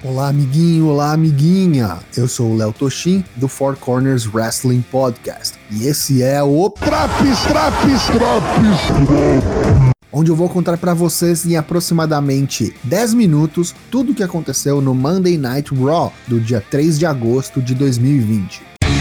Olá, amiguinho, olá, amiguinha. Eu sou o Léo Toshin, do Four Corners Wrestling Podcast. E esse é o Traps, onde eu vou contar pra vocês em aproximadamente 10 minutos tudo o que aconteceu no Monday Night Raw do dia 3 de agosto de 2020.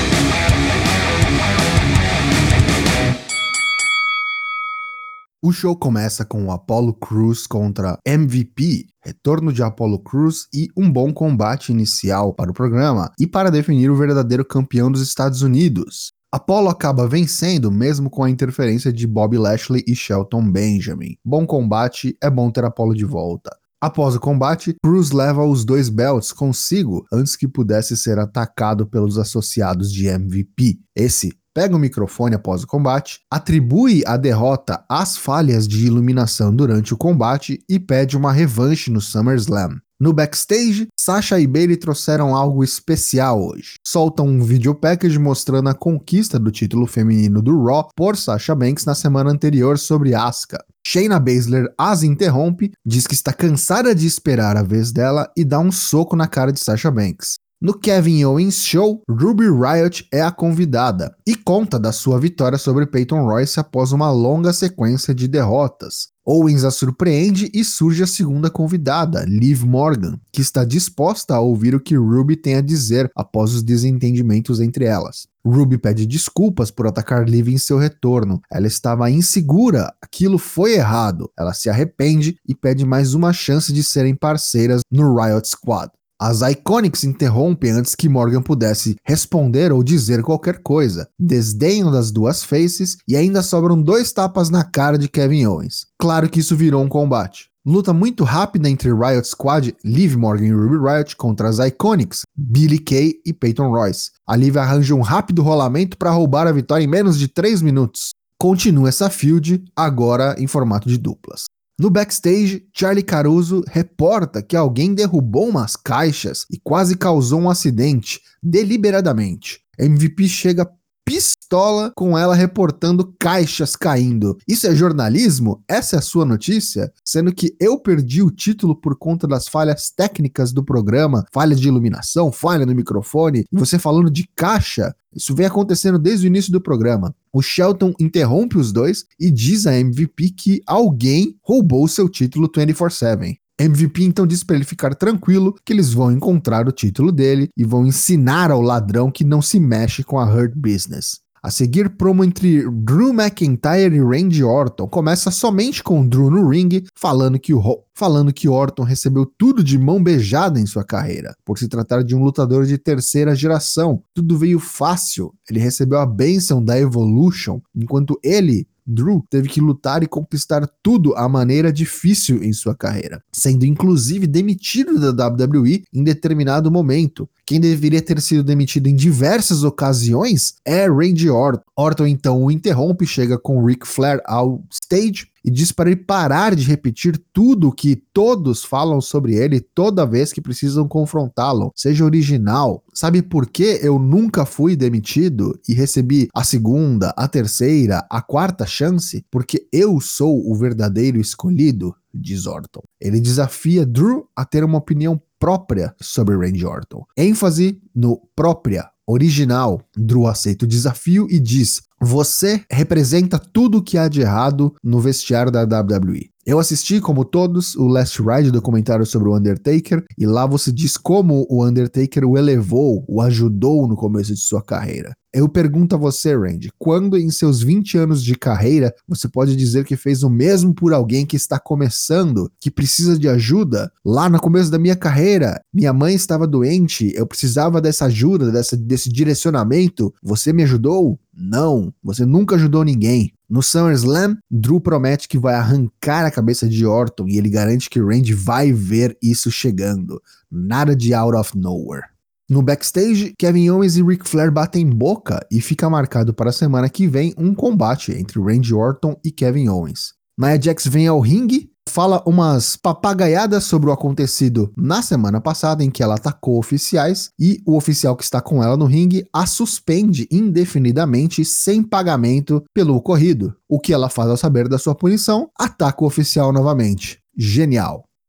O show começa com o Apollo Crews contra MVP, retorno de Apollo Crews e um bom combate inicial para o programa e para definir o verdadeiro campeão dos Estados Unidos. Apollo acaba vencendo mesmo com a interferência de Bobby Lashley e Shelton Benjamin. Bom combate, é bom ter Apollo de volta. Após o combate, Crews leva os dois belts consigo antes que pudesse ser atacado pelos associados de MVP. Esse pega o microfone após o combate, atribui a derrota às falhas de iluminação durante o combate e pede uma revanche no SummerSlam. No backstage, Sasha e Bayley trouxeram algo especial hoje. Soltam um video package mostrando a conquista do título feminino do Raw por Sasha Banks na semana anterior sobre Asuka. Shayna Baszler as interrompe, diz que está cansada de esperar a vez dela e dá um soco na cara de Sasha Banks. No Kevin Owens Show, Ruby Riott é a convidada e conta da sua vitória sobre Peyton Royce após uma longa sequência de derrotas. Owens a surpreende e surge a segunda convidada, Liv Morgan, que está disposta a ouvir o que Ruby tem a dizer após os desentendimentos entre elas. Ruby pede desculpas por atacar Liv em seu retorno. Ela estava insegura, aquilo foi errado. Ela se arrepende e pede mais uma chance de serem parceiras no Riot Squad. As Iconics interrompem antes que Morgan pudesse responder ou dizer qualquer coisa, desdenham das duas faces e ainda sobram 2 tapas na cara de Kevin Owens. Claro que isso virou um combate. Luta muito rápida entre Riot Squad, Liv Morgan e Ruby Riott contra as Iconics, Billie Kay e Peyton Royce. A Liv arranja um rápido rolamento para roubar a vitória em menos de 3 minutos. Continua essa feud, agora em formato de duplas. No backstage, Charly Caruso reporta que alguém derrubou umas caixas e quase causou um acidente, deliberadamente. MVP chega pistola com ela reportando caixas caindo. Isso é jornalismo? Essa é a sua notícia? Sendo que eu perdi o título por conta das falhas técnicas do programa, falha de iluminação, falha no microfone, e você falando de caixa? Isso vem acontecendo desde o início do programa. O Shelton interrompe os dois e diz a MVP que alguém roubou seu título 24/7. MVP então diz para ele ficar tranquilo que eles vão encontrar o título dele e vão ensinar ao ladrão que não se mexe com a Hurt Business. A seguir, promo entre Drew McIntyre e Randy Orton começa somente com Drew no ringue falando que Orton recebeu tudo de mão beijada em sua carreira. Por se tratar de um lutador de terceira geração, tudo veio fácil. Ele recebeu a bênção da Evolution, enquanto ele, Drew, teve que lutar e conquistar tudo à maneira difícil em sua carreira, sendo inclusive demitido da WWE em determinado momento. Quem deveria ter sido demitido em diversas ocasiões é Randy Orton. Orton então o interrompe, chega com Ric Flair ao stage e diz para ele parar de repetir tudo o que todos falam sobre ele toda vez que precisam confrontá-lo. Seja original. Sabe por que eu nunca fui demitido e recebi a segunda, a terceira, a quarta chance? Porque eu sou o verdadeiro escolhido, diz Orton. Ele desafia Drew a ter uma opinião própria sobre Randy Orton. ênfase no própria, original. Drew aceita o desafio e diz: você representa tudo o que há de errado no vestiário da WWE. Eu assisti, como todos, o Last Ride, documentário sobre o Undertaker, e lá você diz como o Undertaker o elevou, o ajudou no começo de sua carreira. Eu pergunto a você, Randy, quando em seus 20 anos de carreira você pode dizer que fez o mesmo por alguém que está começando, que precisa de ajuda? Lá no começo da minha carreira, minha mãe estava doente, eu precisava dessa ajuda, desse direcionamento, você me ajudou? Não, você nunca ajudou ninguém. No SummerSlam, Drew promete que vai arrancar a cabeça de Orton e ele garante que Randy vai ver isso chegando. Nada de out of nowhere. No backstage, Kevin Owens e Ric Flair batem boca e fica marcado para a semana que vem um combate entre Randy Orton e Kevin Owens. Nia Jax vem ao ringue, fala umas papagaiadas sobre o acontecido na semana passada em que ela atacou oficiais e o oficial que está com ela no ringue a suspende indefinidamente sem pagamento pelo ocorrido. O que ela faz ao saber da sua punição? Ataca o oficial novamente. Genial.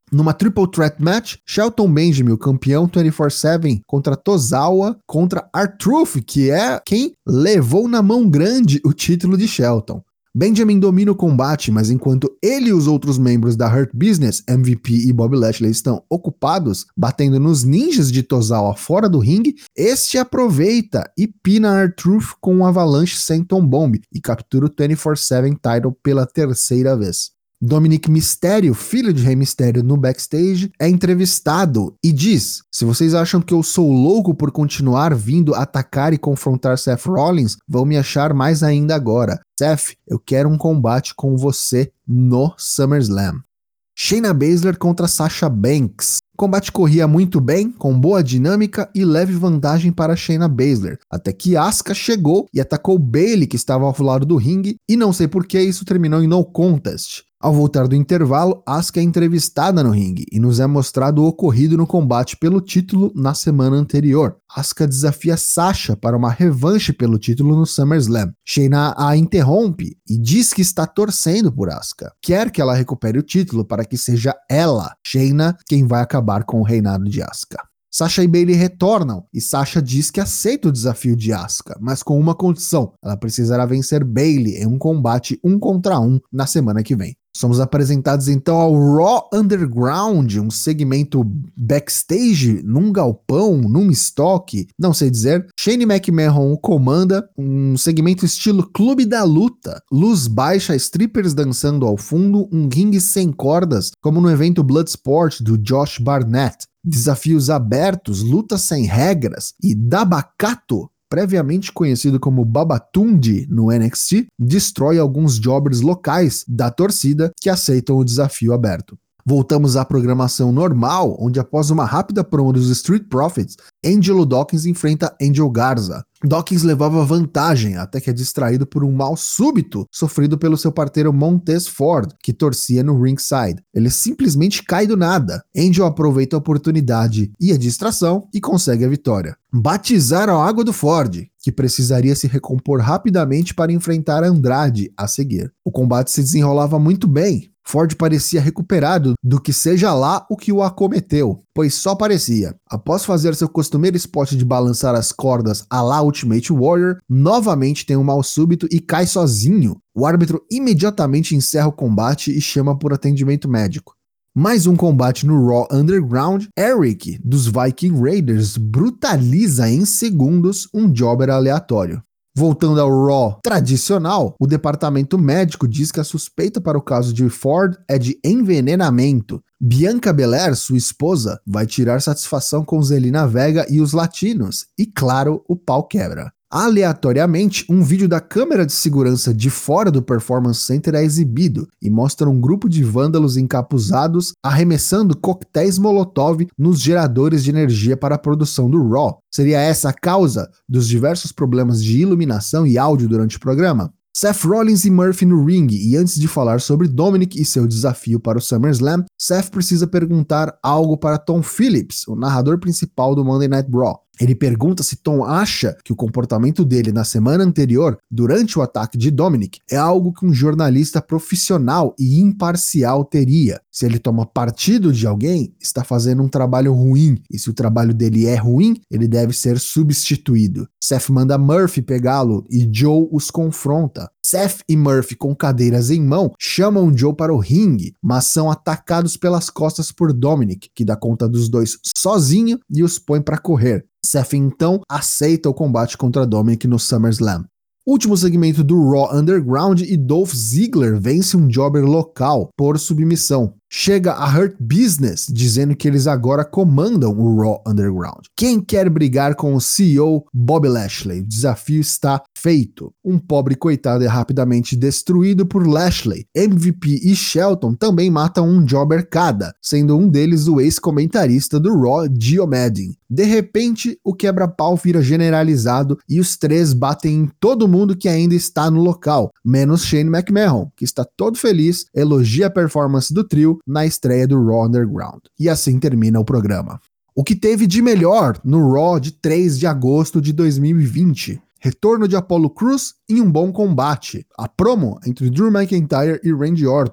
Numa Triple Threat Match, Shelton Benjamin, o campeão 24/7, contra Tozawa, contra R-Truth, que é quem levou na mão grande o título de Shelton. Benjamin domina o combate, mas enquanto ele e os outros membros da Hurt Business, MVP e Bobby Lashley, estão ocupados batendo nos ninjas de Tozawa fora do ringue, este aproveita e pina R-Truth com um Avalanche Senton Bomb e captura o 24/7 title pela terceira vez. Dominic Mysterio, filho de Rey Mysterio, no backstage, é entrevistado e diz: se vocês acham que eu sou louco por continuar vindo atacar e confrontar Seth Rollins, vão me achar mais ainda agora. Seth, eu quero um combate com você no SummerSlam. Shayna Baszler contra Sasha Banks. O combate corria muito bem, com boa dinâmica e leve vantagem para Shayna Baszler, até que Asuka chegou e atacou Bayley, que estava ao lado do ringue, e não sei por que isso terminou em no contest. Ao voltar do intervalo, Asuka é entrevistada no ringue e nos é mostrado o ocorrido no combate pelo título na semana anterior. Asuka desafia Sasha para uma revanche pelo título no SummerSlam. Shayna a interrompe e diz que está torcendo por Asuka. Quer que ela recupere o título para que seja ela, Shayna, quem vai acabar com o reinado de Asuka. Sasha e Bayley retornam e Sasha diz que aceita o desafio de Asuka, mas com uma condição: ela precisará vencer Bayley em um combate 1 contra 1 na semana que vem. Somos apresentados então ao Raw Underground, um segmento backstage, num galpão, num estoque, não sei dizer. Shane McMahon comanda, um segmento estilo Clube da Luta. Luz baixa, strippers dançando ao fundo, um ringue sem cordas, como no evento Bloodsport do Josh Barnett. Desafios abertos, lutas sem regras e Dabba-Kato, previamente conhecido como Babatunde no NXT, destrói alguns jobbers locais da torcida que aceitam o desafio aberto. Voltamos à programação normal, onde após uma rápida promo dos Street Profits, Angelo Dawkins enfrenta Angel Garza. Dawkins levava vantagem até que é distraído por um mal súbito sofrido pelo seu parceiro Montez Ford, que torcia no ringside. Ele simplesmente cai do nada. Angel aproveita a oportunidade e a distração e consegue a vitória. Batizaram a água do Ford, que precisaria se recompor rapidamente para enfrentar Andrade a seguir. O combate se desenrolava muito bem. Ford parecia recuperado do que seja lá o que o acometeu, pois só parecia. Após fazer seu costumeiro spot de balançar as cordas à la Ultimate Warrior, novamente tem um mal súbito e cai sozinho. O árbitro imediatamente encerra o combate e chama por atendimento médico. Mais um combate no Raw Underground, Eric, dos Viking Raiders, brutaliza em segundos um jobber aleatório. Voltando ao Raw tradicional, o departamento médico diz que a suspeita para o caso de Ford é de envenenamento. Bianca Belair, sua esposa, vai tirar satisfação com Zelina Vega e os latinos. E claro, o pau quebra. Aleatoriamente, um vídeo da câmera de segurança de fora do Performance Center é exibido e mostra um grupo de vândalos encapuzados arremessando coquetéis Molotov nos geradores de energia para a produção do Raw. Seria essa a causa dos diversos problemas de iluminação e áudio durante o programa? Seth Rollins e Murphy no ringue, e antes de falar sobre Dominic e seu desafio para o SummerSlam, Seth precisa perguntar algo para Tom Phillips, o narrador principal do Monday Night Raw. Ele pergunta se Tom acha que o comportamento dele na semana anterior, durante o ataque de Dominic, é algo que um jornalista profissional e imparcial teria. Se ele toma partido de alguém, está fazendo um trabalho ruim, e se o trabalho dele é ruim, ele deve ser substituído. Seth manda Murphy pegá-lo e Joe os confronta. Seth e Murphy, com cadeiras em mão, chamam Joe para o ringue, mas são atacados pelas costas por Dominic, que dá conta dos dois sozinho e os põe para correr. Seth então aceita o combate contra Dominic no SummerSlam. Último segmento do Raw Underground e Dolph Ziggler vence um jobber local por submissão. Chega a Hurt Business dizendo que eles agora comandam o Raw Underground. Quem quer brigar com o CEO Bobby Lashley? O desafio está feito. Um pobre coitado é rapidamente destruído por Lashley. MVP e Shelton também matam um jobber cada, sendo um deles o ex-comentarista do Raw, Dio Maddin. De repente, o quebra-pau vira generalizado e os três batem em todo mundo que ainda está no local, menos Shane McMahon, que está todo feliz, elogia a performance do trio na estreia do Raw Underground. E assim termina o programa. O que teve de melhor no Raw de 3 de agosto de 2020? Retorno de Apollo Crews em um bom combate. A promo entre Drew McIntyre e Randy Orton.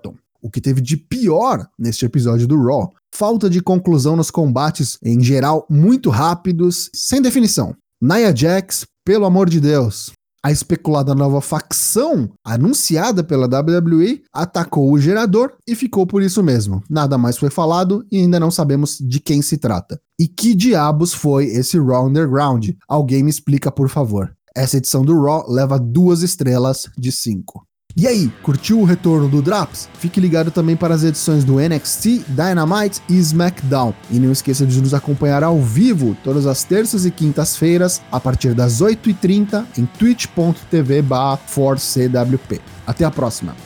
o que teve de pior neste episódio do Raw. Falta de conclusão nos combates, em geral, muito rápidos, sem definição. Nia Jax, pelo amor de Deus. A especulada nova facção, anunciada pela WWE, atacou o gerador e ficou por isso mesmo. Nada mais foi falado e ainda não sabemos de quem se trata. E que diabos foi esse Raw Underground? Alguém me explica, por favor. Essa edição do Raw leva 2 estrelas de 5. E aí, curtiu o retorno do Draps? Fique ligado também para as edições do NXT, Dynamite e SmackDown. E não esqueça de nos acompanhar ao vivo todas as terças e quintas-feiras, a partir das 8h30, em twitch.tv/4CWP. Até a próxima!